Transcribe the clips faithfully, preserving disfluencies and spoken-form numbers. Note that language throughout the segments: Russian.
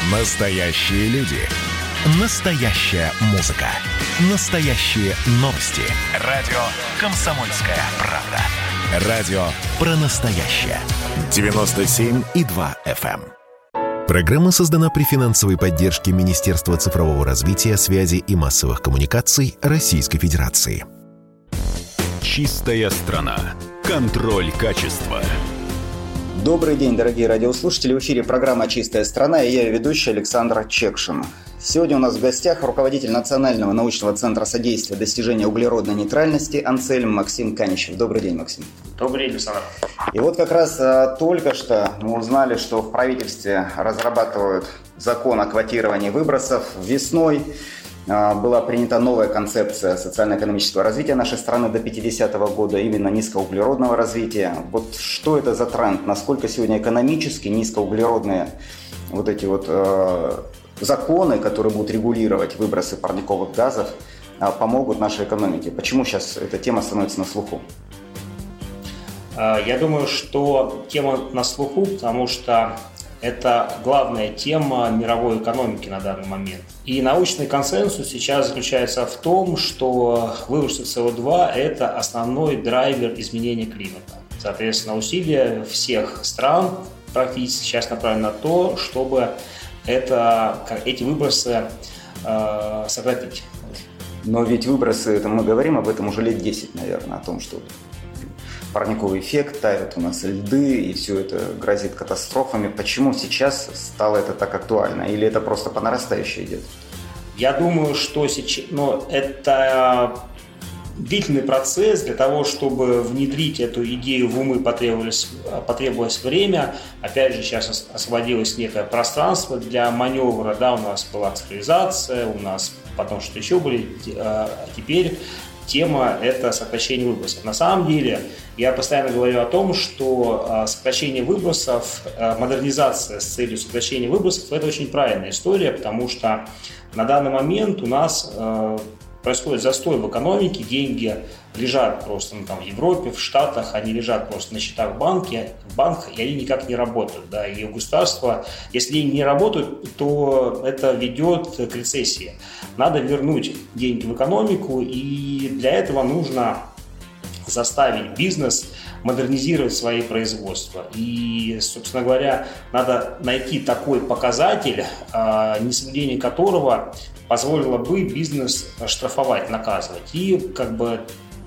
Настоящие люди. Настоящая музыка. Настоящие новости. Радио «Комсомольская правда». Радио про настоящее. девяносто семь и два эф эм. Программа создана при финансовой поддержке Министерства цифрового развития, связи и массовых коммуникаций Российской Федерации. Чистая страна. Контроль качества. Добрый день, дорогие радиослушатели. В эфире программа «Чистая страна» и я, ее ведущий Александр Чекшин. Сегодня у нас в гостях руководитель Национального научного центра содействия достижению углеродной нейтральности «Анцельм» Максим Каничев. Добрый день, Максим. Добрый день, Александр. И вот как раз а, только что мы узнали, что в правительстве разрабатывают закон о квотировании выбросов. Весной а, была принята новая концепция социально-экономического развития нашей страны до пятидесятого года, именно низкоуглеродного развития. Вот что это за тренд? Насколько сегодня экономически низкоуглеродные вот эти вот а, законы, которые будут регулировать выбросы парниковых газов, а, помогут нашей экономике? Почему сейчас эта тема становится на слуху? Я думаю, что тема на слуху, потому что это главная тема мировой экономики на данный момент. И научный консенсус сейчас заключается в том, что выбросы эс о два – это основной драйвер изменения климата. Соответственно, усилия всех стран практически сейчас направлены на то, чтобы это, эти выбросы э, сократить. Но ведь выбросы, это мы говорим об этом уже лет десять, наверное, о том, что парниковый эффект, тают у нас льды, и все это грозит катастрофами. Почему сейчас стало это так актуально? Или это просто по нарастающей идет? Я думаю, что сейчас, ну, это длительный процесс. Для того, чтобы внедрить эту идею в умы, потребовалось, потребовалось время. Опять же, сейчас освободилось некое пространство для маневра. Да, у нас была цифровизация, у нас потом что-то еще были. А теперь тема – это сокращение выбросов. На самом деле, я постоянно говорю о том, что сокращение выбросов, модернизация с целью сокращения выбросов – это очень правильная история, потому что на данный момент у нас происходит застой в экономике, деньги лежат просто ну, там, в Европе, в Штатах, они лежат просто на счетах в банке, в банках, и они никак не работают. Да, и у государства, если деньги не работают, то это ведет к рецессии. Надо вернуть деньги в экономику, и для этого нужно заставить бизнес модернизировать свои производства. И, собственно говоря, надо найти такой показатель, несоблюдение которого позволило бы бизнес штрафовать, наказывать. И как бы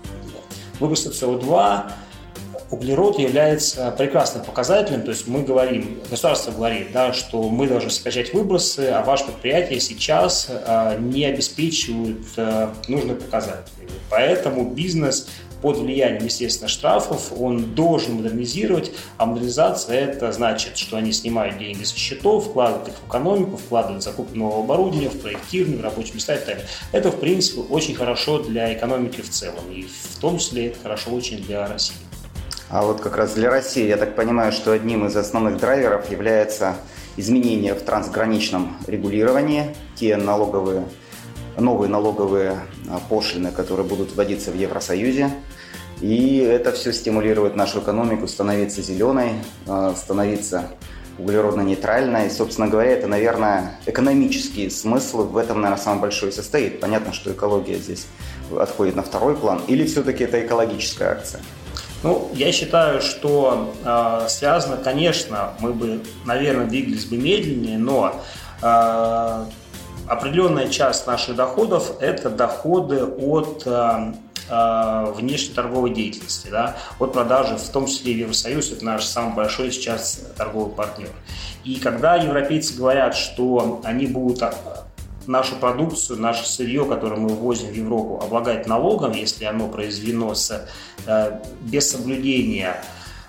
выбросы эс о два, углерод является прекрасным показателем. То есть мы говорим, государство говорит, да, что мы должны сокращать выбросы, а ваше предприятие сейчас а, не обеспечивает а, нужные показатели. Поэтому бизнес под влиянием, естественно, штрафов, он должен модернизировать, а модернизация – это значит, что они снимают деньги со счетов, вкладывают их в экономику, вкладывают в закупку нового оборудования, в проектирование, в рабочие места и так далее. Это, в принципе, очень хорошо для экономики в целом, и в том числе это хорошо очень для России. А вот как раз для России, я так понимаю, что одним из основных драйверов является изменение в трансграничном регулировании, те налоговые новые налоговые пошлины, которые будут вводиться в Евросоюзе. И это все стимулирует нашу экономику становиться зеленой, становиться углеродно-нейтральной. И, собственно говоря, это, наверное, экономический смысл в этом, наверное, самый большой состоит. Понятно, что экология здесь отходит на второй план. Или все-таки это экологическая акция? Ну, я считаю, что э, связано, конечно, мы бы, наверное, двигались бы медленнее, но э, определенная часть наших доходов – это доходы от э, э, внешней торговой деятельности, да, от продажи, в том числе в Евросоюз, это наш самый большой сейчас торговый партнер. И когда европейцы говорят, что они будут нашу продукцию, наше сырье, которое мы ввозим в Европу, облагать налогом, если оно произведено с, э, без соблюдения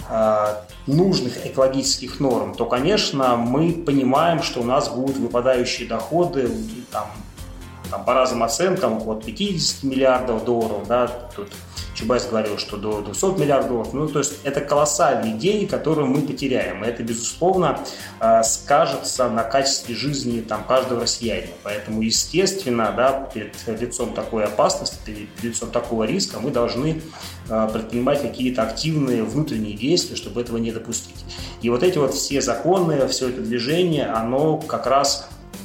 нужных экологических норм, то, конечно, мы понимаем, что у нас будут выпадающие доходы там, там, по разным оценкам от пятидесяти миллиардов долларов, да, тут Чубайс говорил, что до двухсот миллиардов долларов. Ну, то есть это колоссальные деньги, которые мы потеряем. И это, безусловно, скажется на качестве жизни там, каждого россиянина. Поэтому, естественно, да, перед лицом такой опасности, перед лицом такого риска мы должны предпринимать какие-то активные внутренние действия, чтобы этого не допустить. И вот эти вот все законы, все это движение, оно как раз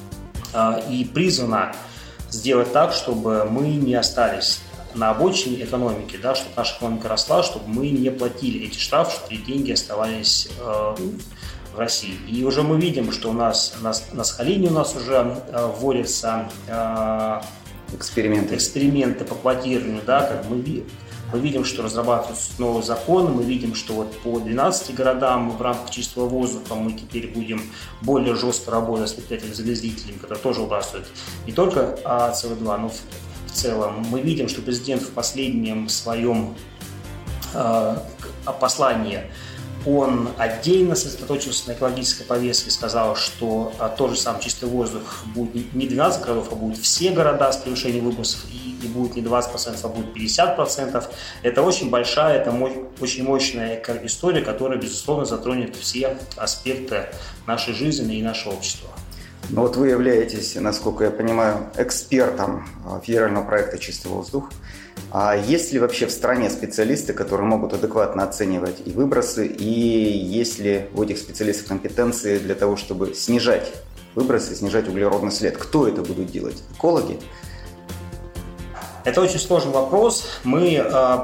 и призвано сделать так, чтобы мы не остались на обочине экономики, да, чтобы наша экономика росла, чтобы мы не платили эти штрафы, чтобы эти деньги оставались э, в России. И уже мы видим, что у нас на, на Сахалине у нас уже э, вводятся э, эксперименты. эксперименты по квотированию, да, как мы видим. Мы видим, что разрабатываются новые законы, мы видим, что вот по двенадцати городам в рамках чистого воздуха мы теперь будем более жестко работать с предприятиями-загрязнителями, которые тоже выбрасывают не только эс о два, но в, в целом. Мы видим, что президент в последнем своем э, послании он отдельно сосредоточился на экологической повестке, сказал, что а, тот же самый чистый воздух будет не двенадцать городов, а будут все города с превышением выбросов, и, и будет не двадцать процентов, а будет пятьдесят процентов. Это очень большая, это мо- очень мощная история, которая, безусловно, затронет все аспекты нашей жизни и нашего общества. Ну вот вы являетесь, насколько я понимаю, экспертом федерального проекта «Чистый воздух». А есть ли вообще в стране специалисты, которые могут адекватно оценивать и выбросы, и есть ли у этих специалистов компетенции для того, чтобы снижать выбросы, снижать углеродный след? Кто это будет делать? Экологи? Это очень сложный вопрос. Мы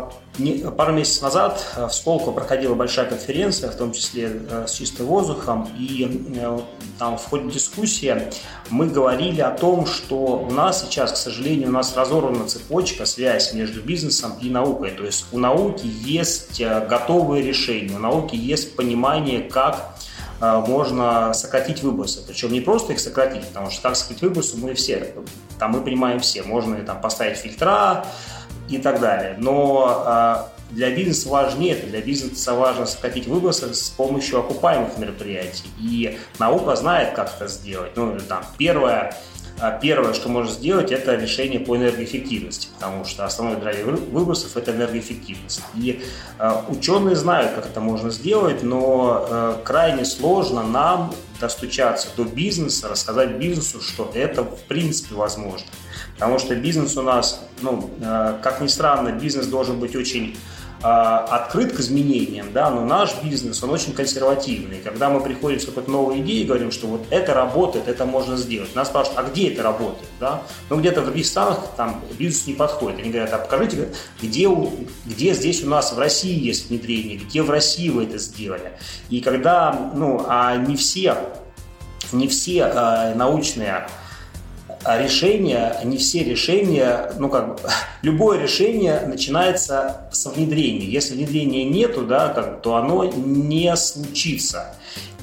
пару месяцев назад в Сколково проходила большая конференция, в том числе с чистым воздухом, и там в ходе дискуссии мы говорили о том, что у нас сейчас, к сожалению, у нас разорвана цепочка, связь между бизнесом и наукой. То есть у науки есть готовые решения, у науки есть понимание, как можно сократить выбросы. Причем не просто их сократить, потому что как сократить выбросы мы все, там мы понимаем все. Можно там поставить фильтра и так далее. Но э, для бизнеса важнее это. Для бизнеса важно сократить выбросы с помощью окупаемых мероприятий. И наука знает, как это сделать. Ну, там, первое, первое, что можно сделать, это решение по энергоэффективности, потому что основной драйвер выбросов – это энергоэффективность. И э, ученые знают, как это можно сделать, но э, крайне сложно нам достучаться до бизнеса, рассказать бизнесу, что это в принципе возможно. Потому что бизнес у нас, ну, э, как ни странно, бизнес должен быть очень э, открыт к изменениям, да, но наш бизнес, он очень консервативный. Когда мы приходим с какой-то новой идеей и говорим, что вот это работает, это можно сделать, нас спрашивают, а где это работает, да? Ну, где-то в других странах там бизнес не подходит. Они говорят, а покажите, где, где здесь у нас в России есть внедрение, где в России вы это сделали. И когда, ну, а не все, не все э, научные решения, не все решения, ну как бы, любое решение начинается со внедрения. Если внедрения нету, да, как, то оно не случится.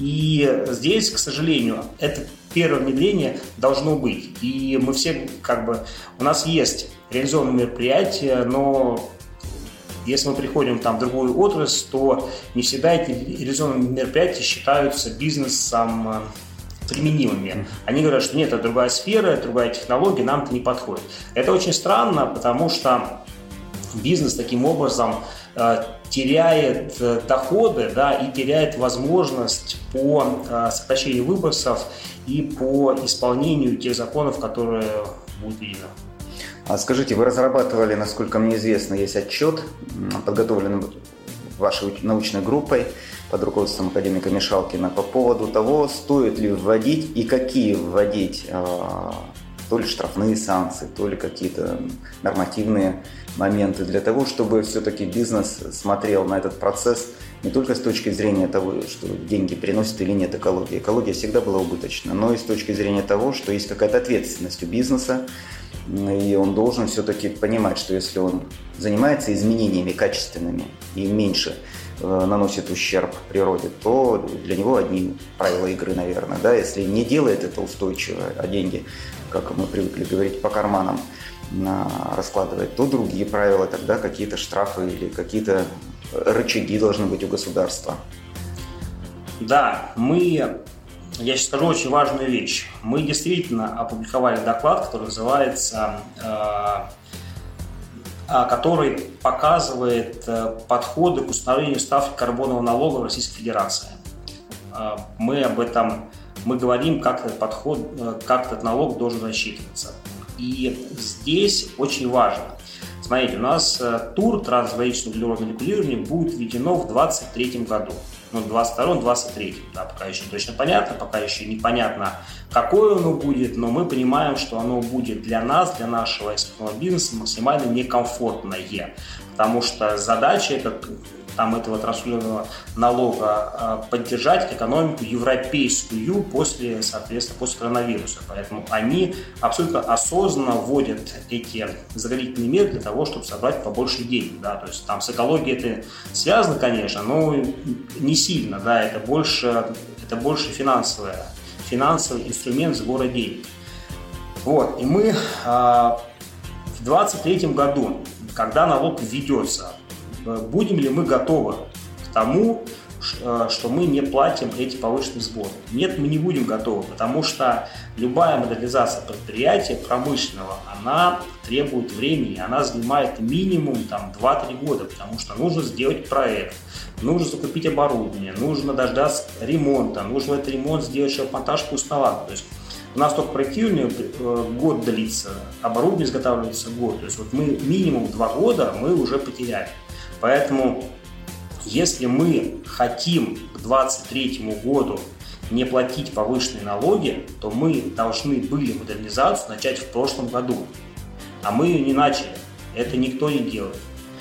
И здесь, к сожалению, это первое внедрение должно быть. И мы все, как бы, у нас есть реализованные мероприятия, но если мы приходим там, в другую отрасль, то не всегда эти реализованные мероприятия считаются бизнесом применимыми. Они говорят, что нет, это другая сфера, это другая технология, нам это не подходит. Это очень странно, потому что бизнес таким образом э, теряет э, доходы, да, и теряет возможность по э, сокращению выбросов и по исполнению тех законов, которые будут введены. А скажите, вы разрабатывали, насколько мне известно, есть отчет, подготовленный вашей научной группой под руководством академика Мишалкина по поводу того, стоит ли вводить и какие вводить э, то ли штрафные санкции, то ли какие-то нормативные моменты для того, чтобы все-таки бизнес смотрел на этот процесс не только с точки зрения того, что деньги приносят или нет экологии. Экология всегда была убыточна, но и с точки зрения того, что есть какая-то ответственность у бизнеса, и он должен все-таки понимать, что если он занимается изменениями качественными и меньше э, наносит ущерб природе, то для него одни правила игры, наверное. Да? Если не делает это устойчиво, а деньги, как мы привыкли говорить, по карманам э, раскладывать, то другие правила, тогда какие-то штрафы или какие-то рычаги должны быть у государства. Да, мы... Я сейчас скажу очень важную вещь. Мы действительно опубликовали доклад, который называется э, который показывает подходы к установлению ставки карбонового налога в Российской Федерации. Мы об этом, мы говорим, как этот подход, как этот налог должен рассчитываться. И здесь очень важно. Смотрите, у нас ТУР, трансграничное углеродное регулирование, будет введено в двадцать третьем году. Ну, двадцать втором, двадцать третьем, да, пока еще не точно понятно, пока еще непонятно, какое оно будет, но мы понимаем, что оно будет для нас, для нашего экспортного бизнеса максимально некомфортное, потому что задача это, там, этого трансграничного налога поддержать экономику европейскую после, соответственно, после коронавируса. Поэтому они абсолютно осознанно вводят эти заградительные меры для того, чтобы собрать побольше денег. Да? То есть там с экологией это связано, конечно, но не сильно. Да? Это больше, это больше финансовое, финансовый инструмент сбора денег. Вот. И мы а, в двадцать третьем году, когда налог введется, будем ли мы готовы к тому, что мы не платим эти повышенные сборы? Нет, мы не будем готовы, потому что любая модернизация предприятия промышленного, она требует времени, она занимает минимум там, два-три года, потому что нужно сделать проект, нужно закупить оборудование, нужно дождаться ремонта, нужно этот ремонт сделать шелф-монтаж пустовато. То есть у нас только проектирование год длится, оборудование изготавливается год. То есть вот мы минимум два года мы уже потеряли. Поэтому, если мы хотим к двадцать третьему году не платить повышенные налоги, то мы должны были модернизацию начать в прошлом году. А мы ее не начали. Это никто не делает.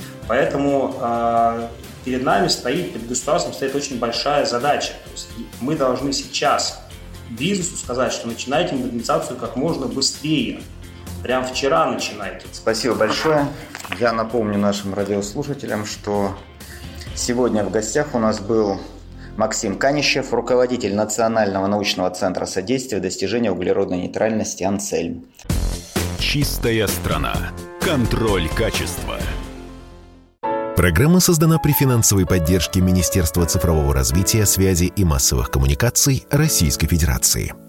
Поэтому э, перед нами стоит, перед государством стоит очень большая задача. То есть мы должны сейчас бизнесу сказать, что начинайте модернизацию как можно быстрее. Прям вчера начинайте. Спасибо большое. Я напомню нашим радиослушателям, что сегодня в гостях у нас был Максим Канищев, руководитель Национального научного центра содействия достижению углеродной нейтральности «Ансельм». Чистая страна. Контроль качества. Программа создана при финансовой поддержке Министерства цифрового развития, связи и массовых коммуникаций Российской Федерации.